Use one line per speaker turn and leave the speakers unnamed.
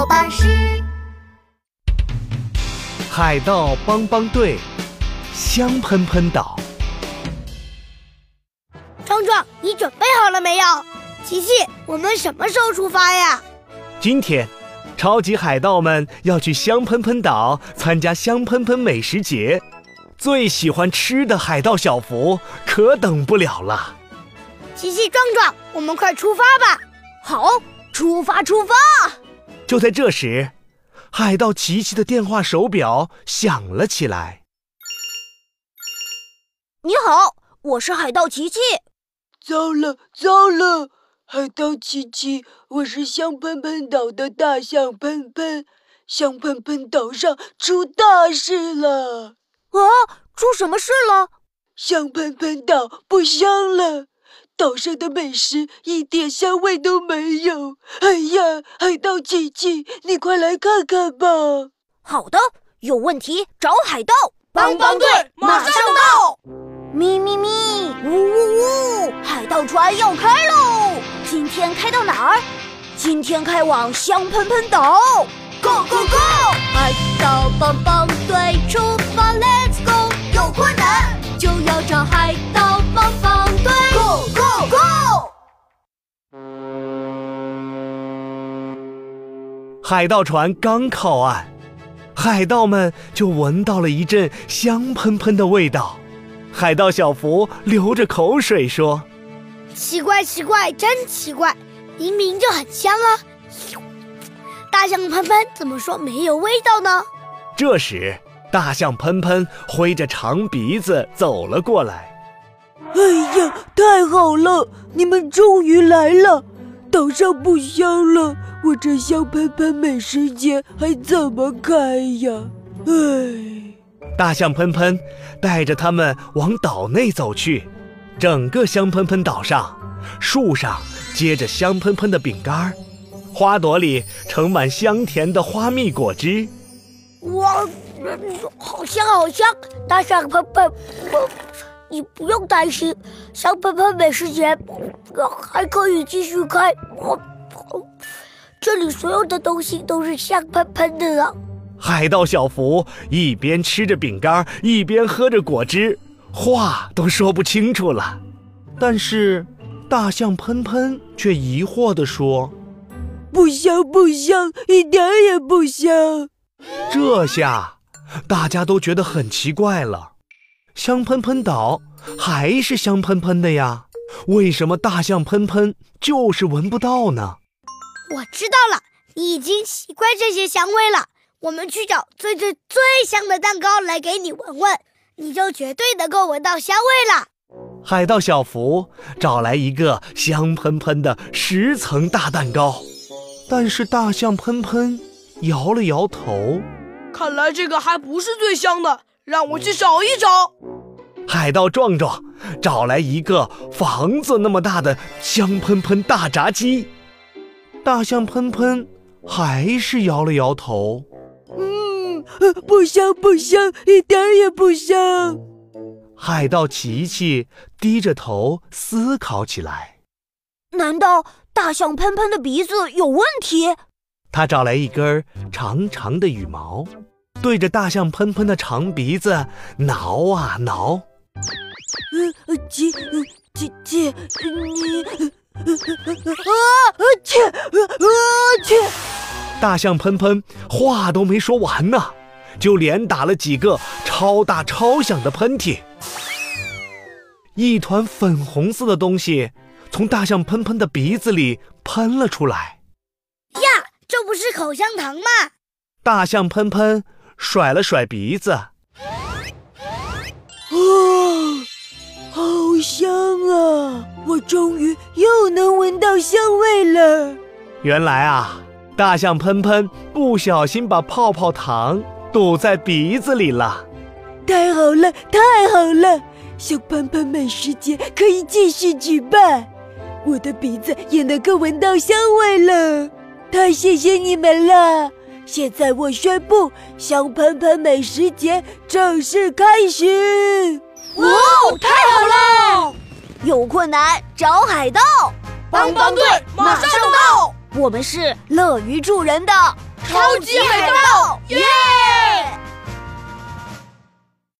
宝巴士。
海盗帮帮队，香喷喷岛。
壮壮，你准备好了没有？琪琪，我们什么时候出发呀？
今天，超级海盗们要去香喷喷岛参加香喷喷美食节。最喜欢吃的海盗小福可等不了了。
琪琪、壮壮，我们快出发吧！
好，出发！
就在这时，海盗琪琪的电话手表响了起来。
你好，我是海盗琪琪。
糟了！海盗琪琪，我是香喷喷岛的大象喷喷，香喷喷岛上出大事了！
啊，出什么事了？
香喷喷岛不香了，岛上的美食一点香味都没有。哎呀，海盗琪琪，你快来看看吧！
好的，有问题找海盗
帮帮队马上到。
咪咪咪，呜呜呜，海盗船要开喽！今天开到哪儿？今天开往香喷喷岛。Go go go！
海盗帮帮队出发 ，Let's go！ 有困难就要找海盗帮帮队 ，Go go go！
海盗船刚靠岸，海盗们就闻到了一阵香喷喷的味道。海盗小福流着口水说：“
奇怪，真奇怪，明明就很香啊！大象喷喷怎么说没有味道呢？”
这时，大象喷喷挥着长鼻子走了过来。
哎呀，太好了，你们终于来了！岛上不香了，我这香喷喷美食节还怎么开呀？哎。
大象喷喷带着他们往岛内走去，整个香喷喷岛上，树上结着香喷喷的饼干，花朵里盛满香甜的花蜜果汁。
哇，好香！大象喷喷，你不用担心，香喷喷美食节还可以继续开。这里所有的东西都是香喷喷的啊！
海盗小福一边吃着饼干，一边喝着果汁，话都说不清楚了。但是大象喷喷却疑惑地说：“
不香，一点也不香。”
这下大家都觉得很奇怪了，香喷喷岛还是香喷喷的呀，为什么大象喷喷就是闻不到呢？
我知道了，你已经习惯这些香味了。我们去找最香的蛋糕来给你闻闻，你就绝对能够闻到香味了。
海盗小福找来一个香喷喷的10层大蛋糕，但是大象喷喷摇了摇头，
看来这个还不是最香的，让我去找一找。
海盗壮壮找来一个房子那么大的香喷喷大炸鸡，大象喷喷还是摇了摇头。
不香，一点也不香。
海盗琪琪低着头思考起来。
难道大象喷喷的鼻子有问题？
他找来一根长长的羽毛，对着大象喷喷的长鼻子挠啊挠。
琪，
大象喷喷话都没说完呢，就连打了几个超大超响的喷嚏。一团粉红色的东西从大象喷喷的鼻子里喷了出来。
呀，这不是口香糖吗？
大象喷喷甩了甩鼻子。
好香啊！我终于又能闻到香味了。
原来啊，大象喷喷不小心把泡泡糖堵在鼻子里了。
太好了！香喷喷美食节可以继续举办，我的鼻子也能够闻到香味了。太谢谢你们了！现在我宣布，香喷喷美食节正式开始。
哇，太好了！
有困难找海盗，
帮帮队马上到。
我们是乐于助人的
超级海盗，耶！